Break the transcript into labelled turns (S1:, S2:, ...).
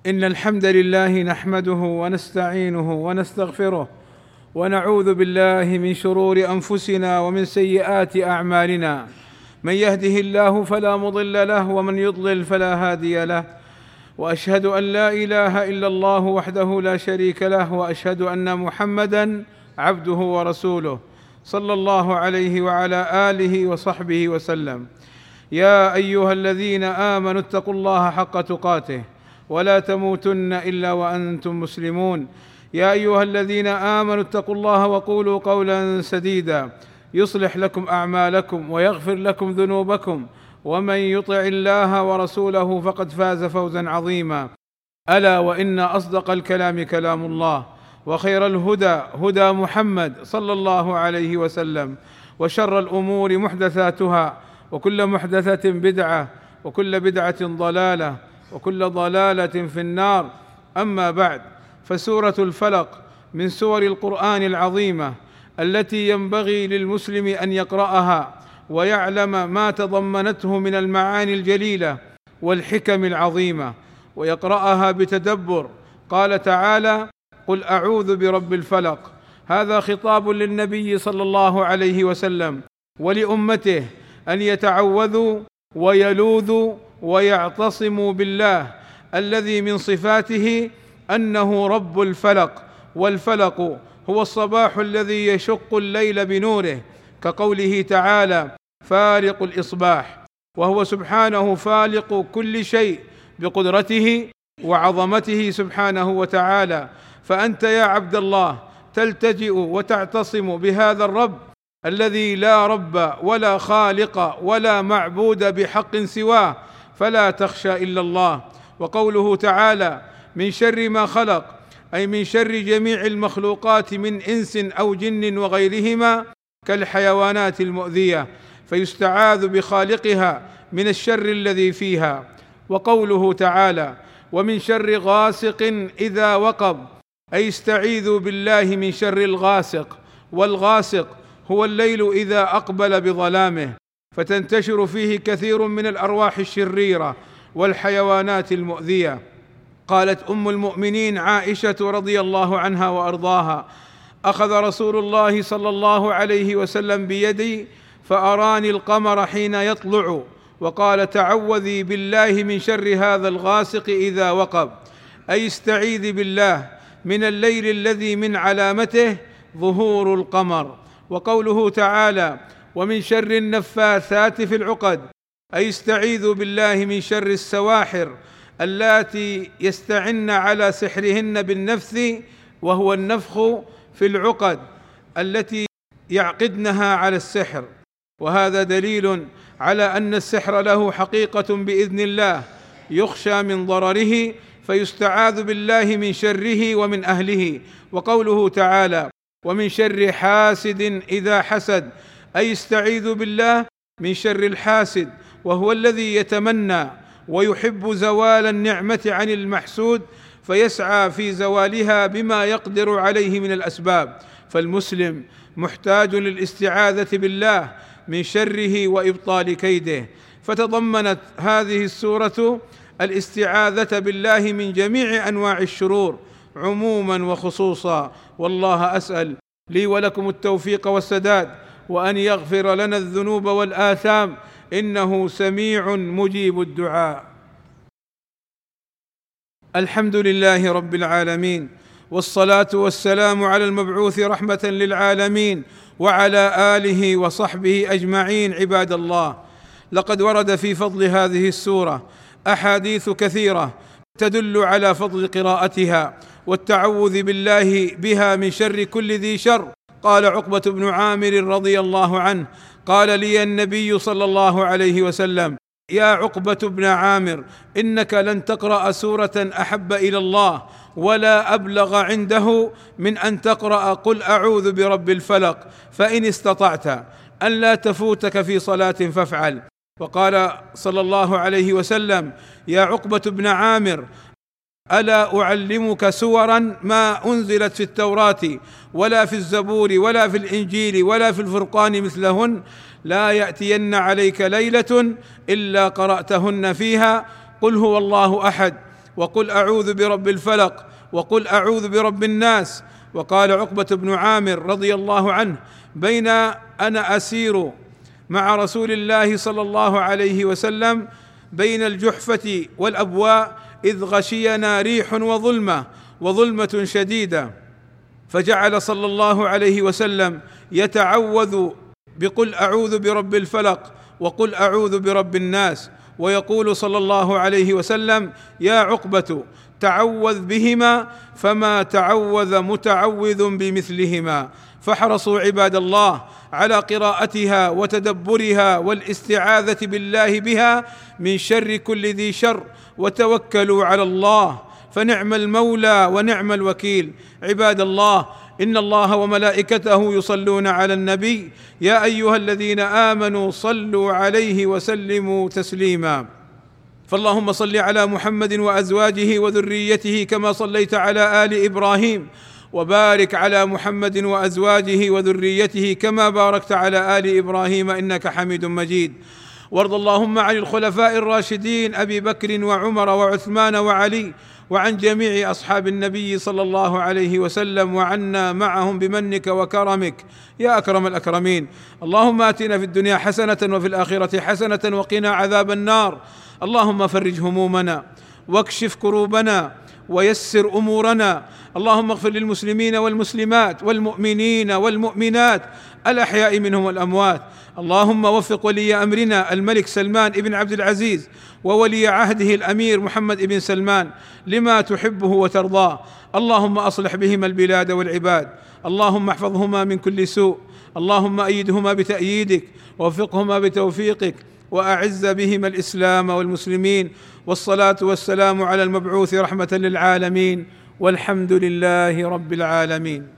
S1: إن الحمد لله نحمده ونستعينه ونستغفره ونعوذ بالله من شرور أنفسنا ومن سيئات أعمالنا. من يهده الله فلا مضل له ومن يضلل فلا هادي له، وأشهد أن لا إله إلا الله وحده لا شريك له، وأشهد أن محمدًا عبده ورسوله صلى الله عليه وعلى آله وصحبه وسلم. يا أيها الذين آمنوا اتقوا الله حق تقاته ولا تموتن إلا وأنتم مسلمون. يا أيها الذين آمنوا اتقوا الله وقولوا قولا سديدا يصلح لكم أعمالكم ويغفر لكم ذنوبكم، ومن يطع الله ورسوله فقد فاز فوزا عظيما. ألا وإن أصدق الكلام كلام الله، وخير الهدى هدى محمد صلى الله عليه وسلم، وشر الأمور محدثاتها، وكل محدثة بدعة، وكل بدعة ضلالة، وكل ضلالة في النار. أما بعد، فسورة الفلق من سور القرآن العظيمة التي ينبغي للمسلم أن يقرأها ويعلم ما تضمنته من المعاني الجليلة والحكم العظيمة، ويقرأها بتدبر. قال تعالى: قل أعوذ برب الفلق. هذا خطاب للنبي صلى الله عليه وسلم ولأمته أن يتعوذوا ويلوذوا ويعتصموا بالله الذي من صفاته أنه رب الفلق، والفلق هو الصباح الذي يشق الليل بنوره، كقوله تعالى: فالق الإصباح، وهو سبحانه فالق كل شيء بقدرته وعظمته سبحانه وتعالى. فأنت يا عبد الله تلتجئ وتعتصم بهذا الرب الذي لا رب ولا خالق ولا معبود بحق سواه، فلا تخشى إلا الله. وقوله تعالى: من شر ما خلق، أي من شر جميع المخلوقات من إنس أو جن وغيرهما كالحيوانات المؤذية، فيستعاذ بخالقها من الشر الذي فيها. وقوله تعالى: ومن شر غاسق إذا وقب، أي استعيذوا بالله من شر الغاسق، والغاسق هو الليل إذا أقبل بظلامه، فتنتشر فيه كثير من الأرواح الشريرة والحيوانات المؤذية. قالت أم المؤمنين عائشة رضي الله عنها وأرضاها: أخذ رسول الله صلى الله عليه وسلم بيدي فأراني القمر حين يطلع، وقال: تعوذي بالله من شر هذا الغاسق إذا وقب، أي استعيذي بالله من الليل الذي من علامته ظهور القمر. وقوله تعالى: ومن شر النفاثات في العقد، أي استعيذوا بالله من شر السواحر اللاتي يستعن على سحرهن بالنفث، وهو النفخ في العقد التي يعقدنها على السحر. وهذا دليل على أن السحر له حقيقة بإذن الله يخشى من ضرره، فيستعاذ بالله من شره ومن أهله. وقوله تعالى: ومن شر حاسد إذا حسد، أي استعيذوا بالله من شر الحاسد، وهو الذي يتمنى ويحب زوال النعمة عن المحسود، فيسعى في زوالها بما يقدر عليه من الأسباب. فالمسلم محتاج للاستعاذة بالله من شره وإبطال كيده. فتضمنت هذه السورة الاستعاذة بالله من جميع أنواع الشرور عموما وخصوصا. والله أسأل لي ولكم التوفيق والسداد، وأن يغفر لنا الذنوب والآثام، إنه سميع مجيب الدعاء. الحمد لله رب العالمين، والصلاة والسلام على المبعوث رحمة للعالمين، وعلى آله وصحبه أجمعين. عباد الله، لقد ورد في فضل هذه السورة أحاديث كثيرة تدل على فضل قراءتها والتعوذ بالله بها من شر كل ذي شر. قال عقبة بن عامر رضي الله عنه: قال لي النبي صلى الله عليه وسلم: يا عقبة بن عامر، إنك لن تقرأ سورة أحب إلى الله ولا أبلغ عنده من أن تقرأ قل أعوذ برب الفلق، فإن استطعت أن لا تفوتك في صلاة فافعل. وقال صلى الله عليه وسلم: يا عقبة بن عامر، ألا أعلمك سورا ما أنزلت في التوراة ولا في الزبور ولا في الإنجيل ولا في الفرقان مثلهن، لا يأتين عليك ليلة إلا قرأتهن فيها قل هو الله أحد، وقل أعوذ برب الفلق وقل أعوذ برب الناس. وقال عقبة بن عامر رضي الله عنه: بين أنا أسير مع رسول الله صلى الله عليه وسلم بين الجحفة والأبواء إذ غشينا ريح وظلمة شديدة، فجعل صلى الله عليه وسلم يتعوذ بقل أعوذ برب الفلق وقل أعوذ برب الناس، ويقول صلى الله عليه وسلم: يا عقبة تعوذ بهما فما تعوذ متعوذ بمثلهما. فاحرصوا عباد الله على قراءتها وتدبرها والاستعاذة بالله بها من شر كل ذي شر، وتوكلوا على الله فنعم المولى ونعم الوكيل. عباد الله، إن الله وملائكته يصلون على النبي، يا أيها الذين آمنوا صلوا عليه وسلموا تسليما. فاللهم صل على محمد وأزواجه وذريته كما صليت على آل إبراهيم، وبارك على محمد وأزواجه وذريته كما باركت على آل إبراهيم إنك حميد مجيد. وارض اللهم عن الخلفاء الراشدين أبي بكر وعمر وعثمان وعلي، وعن جميع أصحاب النبي صلى الله عليه وسلم، وعنا معهم بمنك وكرمك يا أكرم الأكرمين. اللهم آتنا في الدنيا حسنة وفي الآخرة حسنة وقنا عذاب النار. اللهم فرج همومنا واكشف كروبنا ويسر أمورنا. اللهم اغفر للمسلمين والمسلمات والمؤمنين والمؤمنات الأحياء منهم والأموات. اللهم وفق ولي أمرنا الملك سلمان بن عبد العزيز وولي عهده الأمير محمد بن سلمان لما تحبه وترضاه. اللهم أصلح بهما البلاد والعباد. اللهم احفظهما من كل سوء. اللهم أيدهما بتأييدك ووفقهما بتوفيقك، وأعز بهما الإسلام والمسلمين. والصلاة والسلام على المبعوث رحمة للعالمين، والحمد لله رب العالمين.